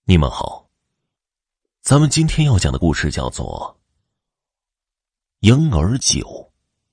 你们好，咱们今天要讲的故事叫做婴儿酒。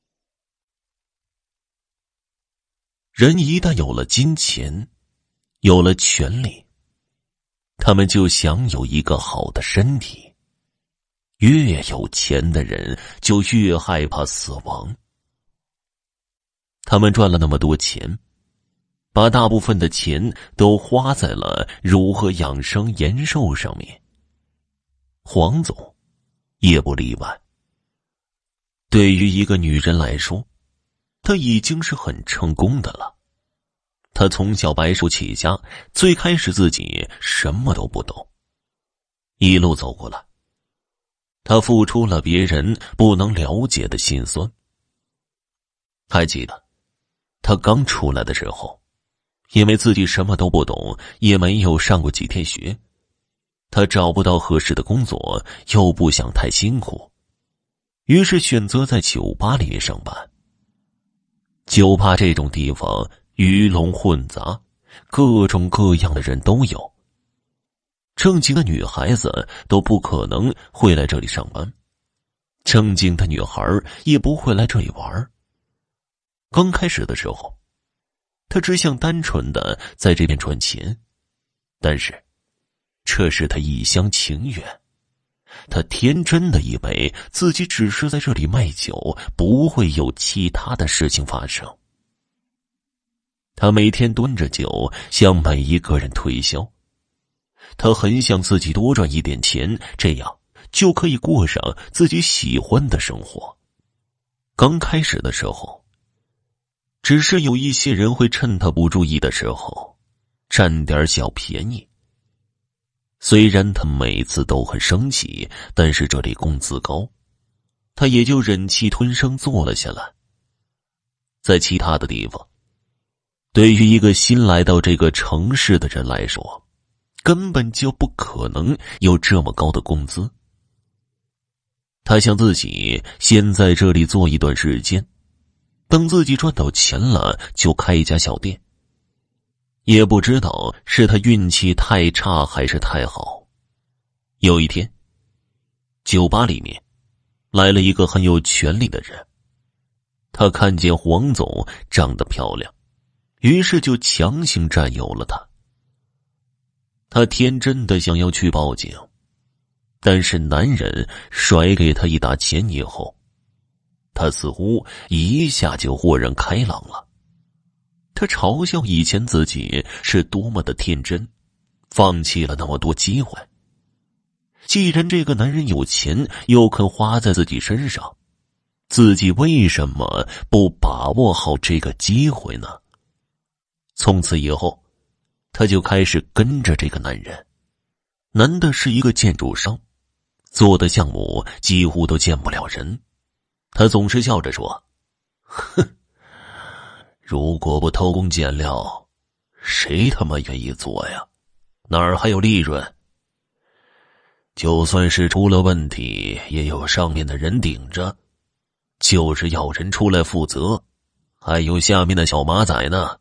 人一旦有了金钱，有了权利，他们就想有一个好的身体。越有钱的人就越害怕死亡。他们赚了那么多钱，把大部分的钱都花在了如何养生延寿上面。黄总也不例外。对于一个女人来说，她已经是很成功的了。她从小白手起家，最开始自己什么都不懂，一路走过来，她付出了别人不能了解的辛酸。还记得她刚出来的时候，因为自己什么都不懂，也没有上过几天学，他找不到合适的工作，又不想太辛苦，于是选择在酒吧里面上班。酒吧这种地方鱼龙混杂，各种各样的人都有。正经的女孩子都不可能会来这里上班，正经的女孩也不会来这里玩。刚开始的时候，他只想单纯的在这边赚钱，但是这是他一厢情愿。他天真的以为自己只是在这里卖酒，不会有其他的事情发生。他每天端着酒向每一个人推销，他很想自己多赚一点钱，这样就可以过上自己喜欢的生活。刚开始的时候，只是有一些人会趁他不注意的时候占点小便宜。虽然他每次都很生气，但是这里工资高，他也就忍气吞声做了下来。在其他的地方，对于一个新来到这个城市的人来说，根本就不可能有这么高的工资。他想自己先在这里做一段时间，等自己赚到钱了就开一家小店。也不知道是他运气太差还是太好，有一天酒吧里面来了一个很有权力的人，他看见黄总长得漂亮，于是就强行占有了她。他天真的想要去报警，但是男人甩给他一沓钱以后，他似乎一下就豁然开朗了。他嘲笑以前自己是多么的天真，放弃了那么多机会。既然这个男人有钱，又肯花在自己身上，自己为什么不把握好这个机会呢？从此以后，他就开始跟着这个男人。男的是一个建筑商，做的项目几乎都见不了人。他总是笑着说：哼，如果不偷工减料，谁他妈愿意做呀？哪儿还有利润？就算是出了问题，也有上面的人顶着，就是要人出来负责，还有下面的小马仔呢。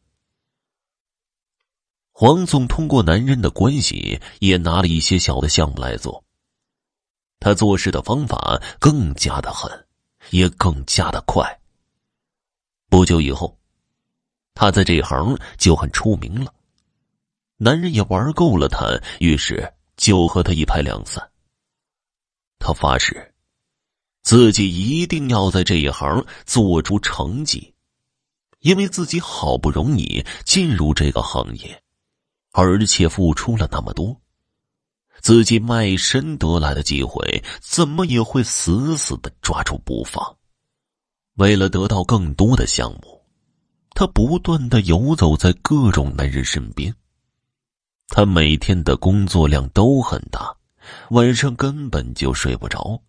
黄总通过男人的关系，也拿了一些小的项目来做。他做事的方法更加的狠，也更加的快。不久以后，他在这行就很出名了。男人也玩够了他，于是就和他一拍两散。他发誓，自己一定要在这一行做出成绩，因为自己好不容易进入这个行业，而且付出了那么多，自己卖身得来的机会，怎么也会死死地抓住不放。为了得到更多的项目，他不断地游走在各种男人身边。他每天的工作量都很大，晚上根本就睡不着。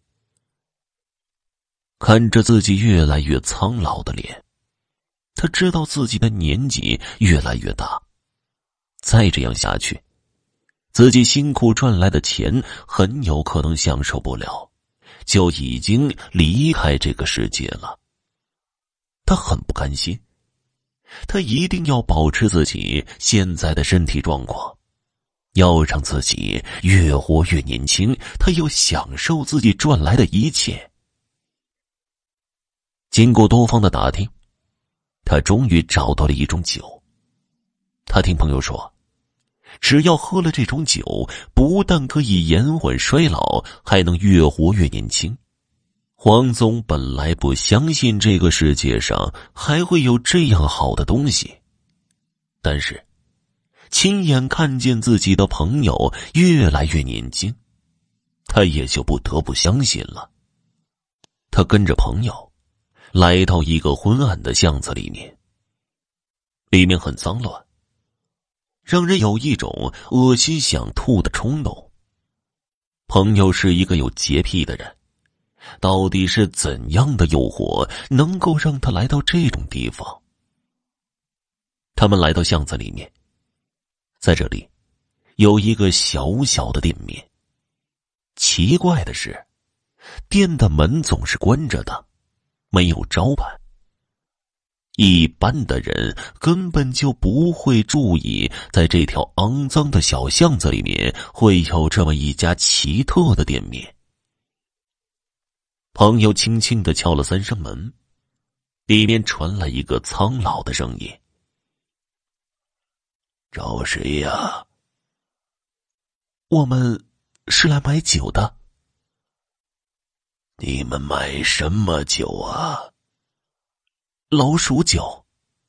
看着自己越来越苍老的脸，他知道自己的年纪越来越大，再这样下去，自己辛苦赚来的钱很有可能享受不了，就已经离开这个世界了。他很不甘心，他一定要保持自己现在的身体状况， 要让自己越活越年轻，他要享受自己赚来的一切。经过多方的打听，他终于找到了一种酒。他听朋友说，只要喝了这种酒，不但可以延缓衰老，还能越活越年轻。黄宗本来不相信这个世界上还会有这样好的东西，但是亲眼看见自己的朋友越来越年轻，他也就不得不相信了。他跟着朋友来到一个昏暗的巷子里面，里面很脏乱，让人有一种恶心想吐的冲动。朋友是一个有洁癖的人，到底是怎样的诱惑能够让他来到这种地方？他们来到巷子里面，在这里有一个小小的店面。奇怪的是，店的门总是关着的，没有招牌。一般的人根本就不会注意，在这条肮脏的小巷子里面会有这么一家奇特的店面。朋友轻轻地敲了3声门，里面传来一个苍老的声音：“找谁呀？”“我们是来买酒的。”“你们买什么酒啊？”“老鼠酒。”“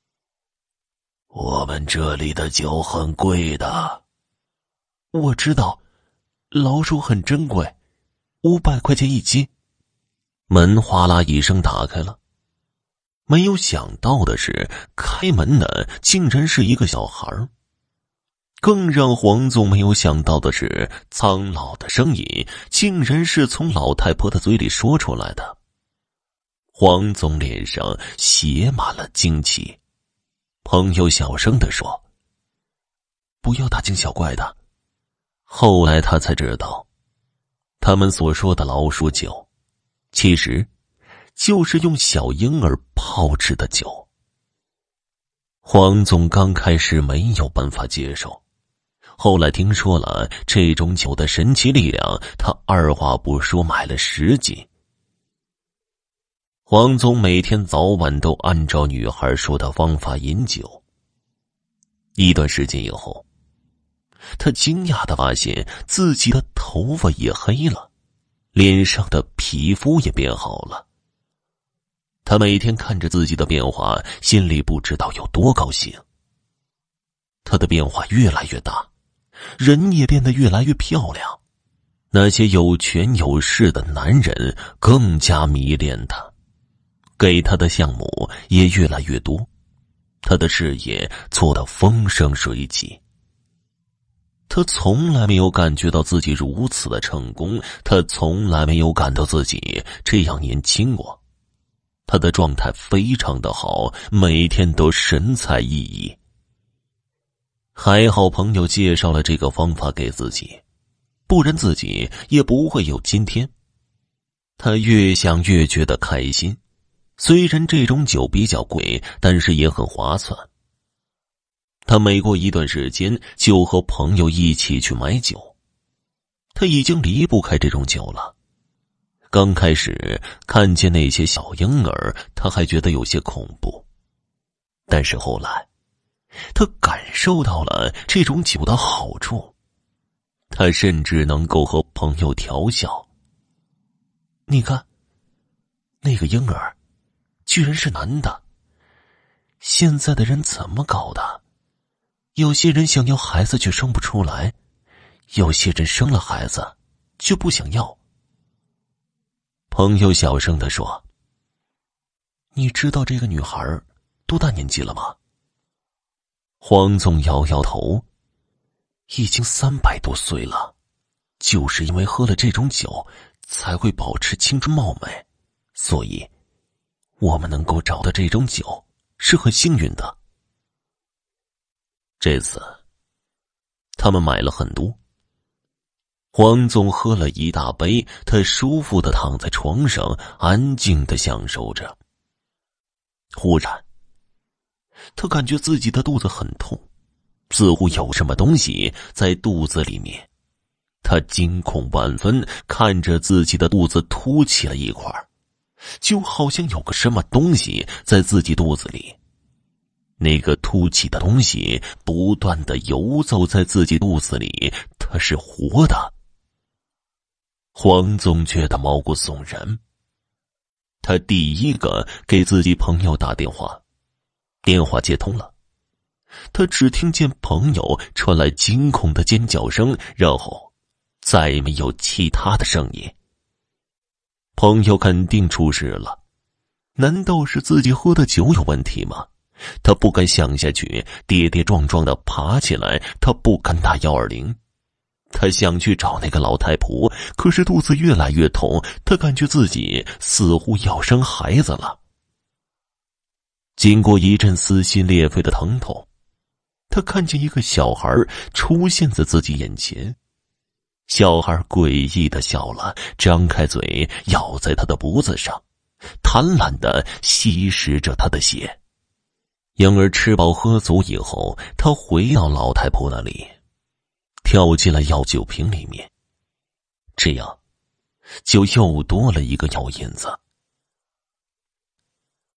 我们这里的酒很贵的。”“我知道，老鼠很珍贵，500块钱1斤。”门哗啦一声打开了，没有想到的是，开门的竟然是一个小孩。更让黄总没有想到的是，苍老的声音竟然是从老太婆的嘴里说出来的。黄总脸上写满了惊奇。朋友小声地说：“不要大惊小怪的。”后来他才知道，他们所说的老鼠酒其实就是用小婴儿泡制的酒。黄总刚开始没有办法接受，后来听说了这种酒的神奇力量，他二话不说买了10斤。黄总每天早晚都按照女孩说的方法饮酒。一段时间以后，他惊讶地发现自己的头发也黑了，脸上的皮肤也变好了。他每天看着自己的变化，心里不知道有多高兴。他的变化越来越大，人也变得越来越漂亮。那些有权有势的男人更加迷恋他，给他的项目也越来越多，他的事业做得风生水起。他从来没有感觉到自己如此的成功，他从来没有感到自己这样年轻过。他的状态非常的好，每天都神采奕奕。还好朋友介绍了这个方法给自己，不然自己也不会有今天。他越想越觉得开心，虽然这种酒比较贵，但是也很划算。他每过一段时间就和朋友一起去买酒，他已经离不开这种酒了。刚开始看见那些小婴儿，他还觉得有些恐怖，但是后来他感受到了这种酒的好处，他甚至能够和朋友调笑：“你看，那个婴儿居然是男的，现在的人怎么搞的？有些人想要孩子却生不出来，有些人生了孩子却不想要。”朋友小声地说：“你知道这个女孩多大年纪了吗？”黄总摇摇头：“已经300多岁了，就是因为喝了这种酒才会保持青春貌美，所以我们能够找到这种酒是很幸运的。”这次他们买了很多。黄总喝了一大杯，他舒服地躺在床上，安静地享受着。忽然他感觉自己的肚子很痛， 似乎有什么东西在肚子里面。他惊恐万分，看着自己的肚子凸起了一块，就好像有个什么东西在自己肚子里。那个凸起的东西不断地游走在自己肚子里，它是活的。黄总觉得毛骨悚然，他第一个给自己朋友打电话，电话接通了，他只听见朋友传来惊恐的尖叫声，然后再没有其他的声音。朋友肯定出事了，难道是自己喝的酒有问题吗？他不敢想下去，跌跌撞撞地爬起来，他不敢打120。他想去找那个老太婆，可是肚子越来越痛，他感觉自己似乎要生孩子了。经过一阵撕心裂肺的疼痛，他看见一个小孩出现在自己眼前。小孩诡异地笑了，张开嘴咬在他的脖子上，贪婪地吸食着他的血。婴儿吃饱喝足以后，他回到老太婆那里，跳进了药酒瓶里面，这样就又多了一个药引子。